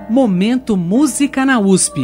Momento Música na USP.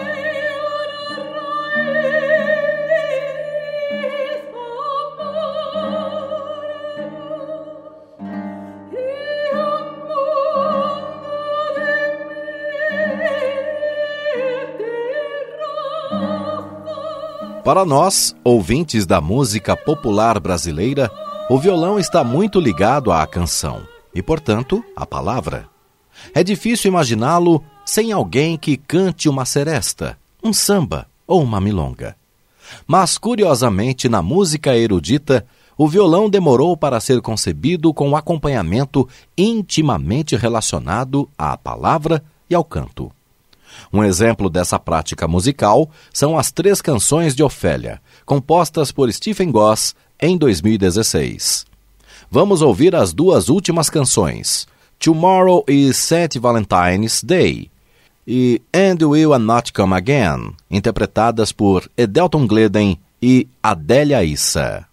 Para nós, ouvintes da música popular brasileira, o violão está muito ligado à canção e, portanto, à palavra. É difícil imaginá-lo sem alguém que cante uma seresta, um samba ou uma milonga. Mas, curiosamente, na música erudita, o violão demorou para ser concebido com acompanhamento intimamente relacionado à palavra e ao canto. Um exemplo dessa prática musical são as 3 canções de Ofélia, compostas por Stephen Goss em 2016. Vamos ouvir as 2 últimas canções, Tomorrow is St. Valentine's Day e And Will I Not Come Again, interpretadas por Edelton Gleden e Adélia Issa.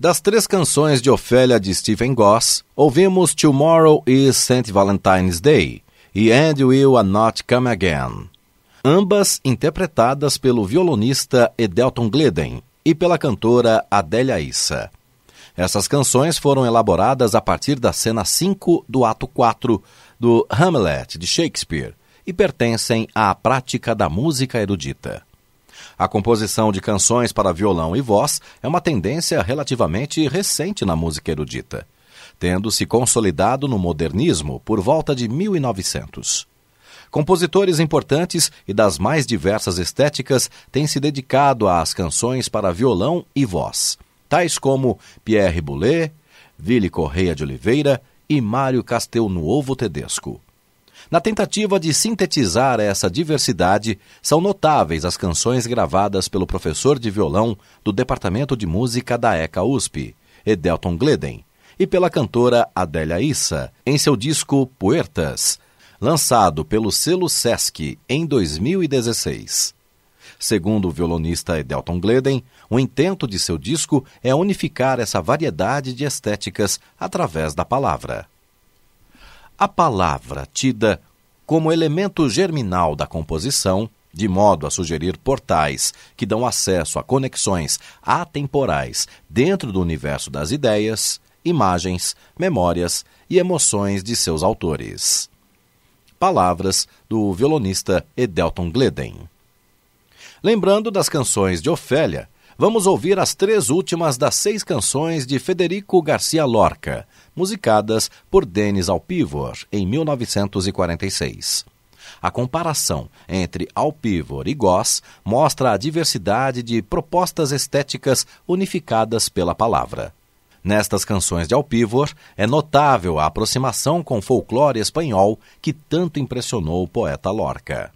Das 3 canções de Ofélia de Stephen Goss, ouvimos Tomorrow is St. Valentine's Day e And Will I Not Come Again, ambas interpretadas pelo violonista Edelton Glidden e pela cantora Adélia Issa. Essas canções foram elaboradas a partir da cena 5 do ato 4 do Hamlet de Shakespeare e pertencem à prática da música erudita. A composição de canções para violão e voz é uma tendência relativamente recente na música erudita, tendo se consolidado no modernismo por volta de 1900. Compositores importantes e das mais diversas estéticas têm se dedicado às canções para violão e voz, tais como Pierre Boulez, Vili Correia de Oliveira e Mário Castelnuovo Tedesco. Na tentativa de sintetizar essa diversidade, são notáveis as canções gravadas pelo professor de violão do Departamento de Música da ECA USP, Edelton Glidden, e pela cantora Adélia Issa, em seu disco Puertas, lançado pelo selo Sesc em 2016. Segundo o violonista Edelton Glidden, o intento de seu disco é unificar essa variedade de estéticas através da palavra. A palavra, tida como elemento germinal da composição, de modo a sugerir portais que dão acesso a conexões atemporais dentro do universo das ideias, imagens, memórias e emoções de seus autores. Palavras do violonista Edelton Glidden. Lembrando das canções de Ofélia, vamos ouvir as 3 últimas das 6 canções de Federico Garcia Lorca, musicadas por Denis Alpivor em 1946. A comparação entre Alpivor e Goss mostra a diversidade de propostas estéticas unificadas pela palavra. Nestas canções de Alpivor, é notável a aproximação com o folclore espanhol que tanto impressionou o poeta Lorca.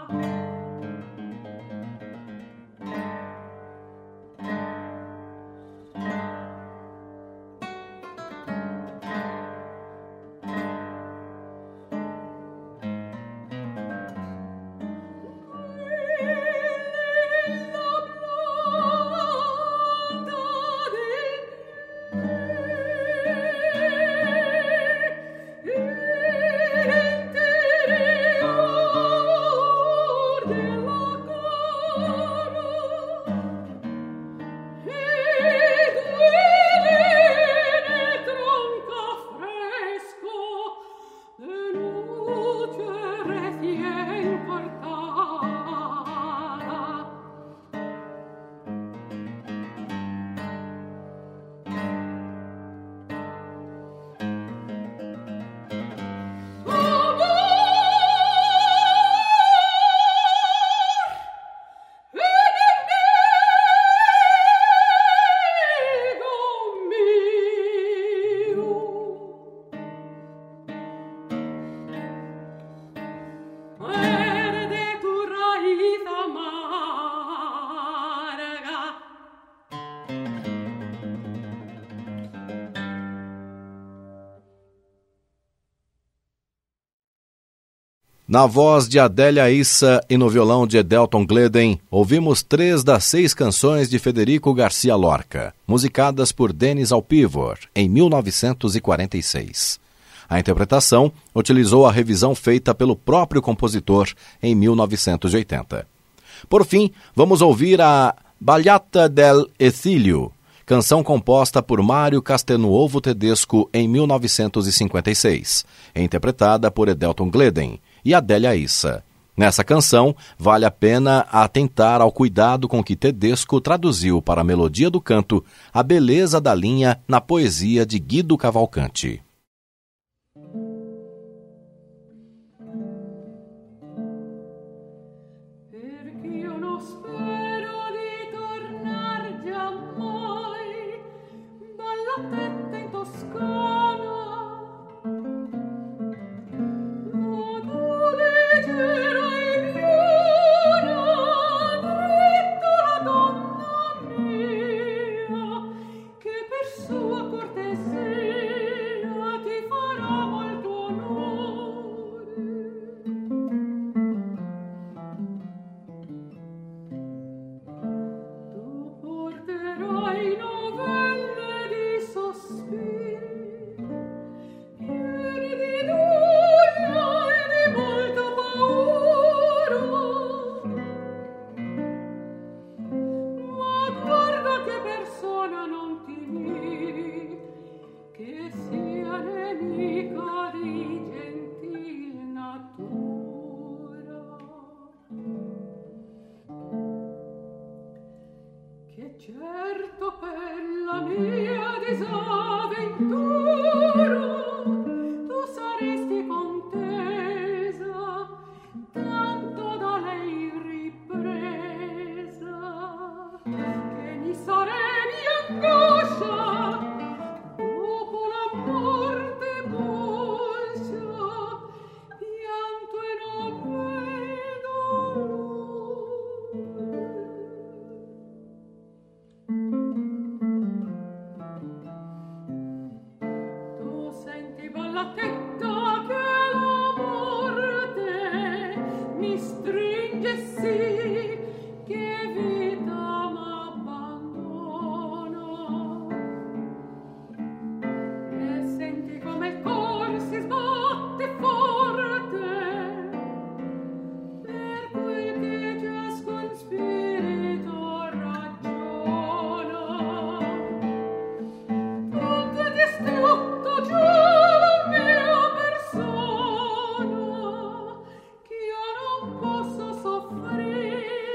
Na voz de Adélia Issa e no violão de Edelton Gleden, ouvimos 3 das 6 canções de Federico Garcia Lorca, musicadas por Denis Alpivor, em 1946. A interpretação utilizou a revisão feita pelo próprio compositor em 1980. Por fim, vamos ouvir a Ballata del Ecílio, canção composta por Mário Castelnuovo Tedesco em 1956, interpretada por Edelton Gleden e Adélia Issa. Nessa canção, vale a pena atentar ao cuidado com que Tedesco traduziu para a melodia do canto a beleza da linha na poesia de Guido Cavalcanti. Soffrire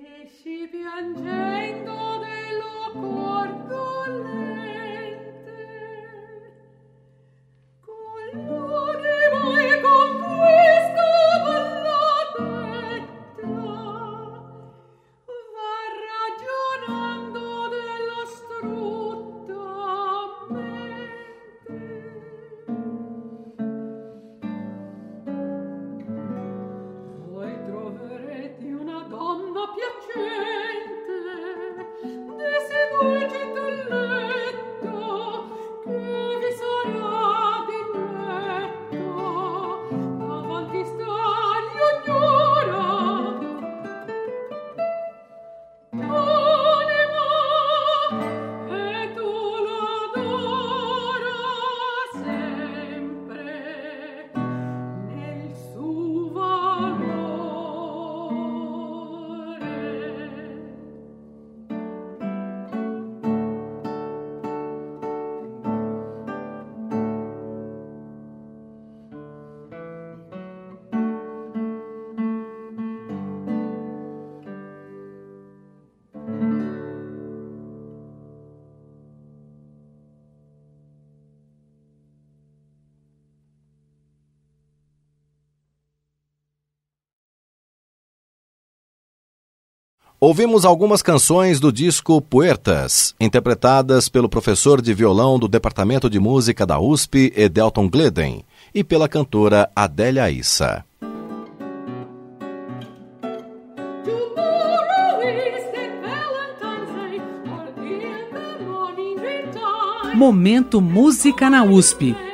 Ouvimos algumas canções do disco Puertas, interpretadas pelo professor de violão do Departamento de Música da USP, Edelton Gleden, e pela cantora Adélia Issa. Momento Música na USP.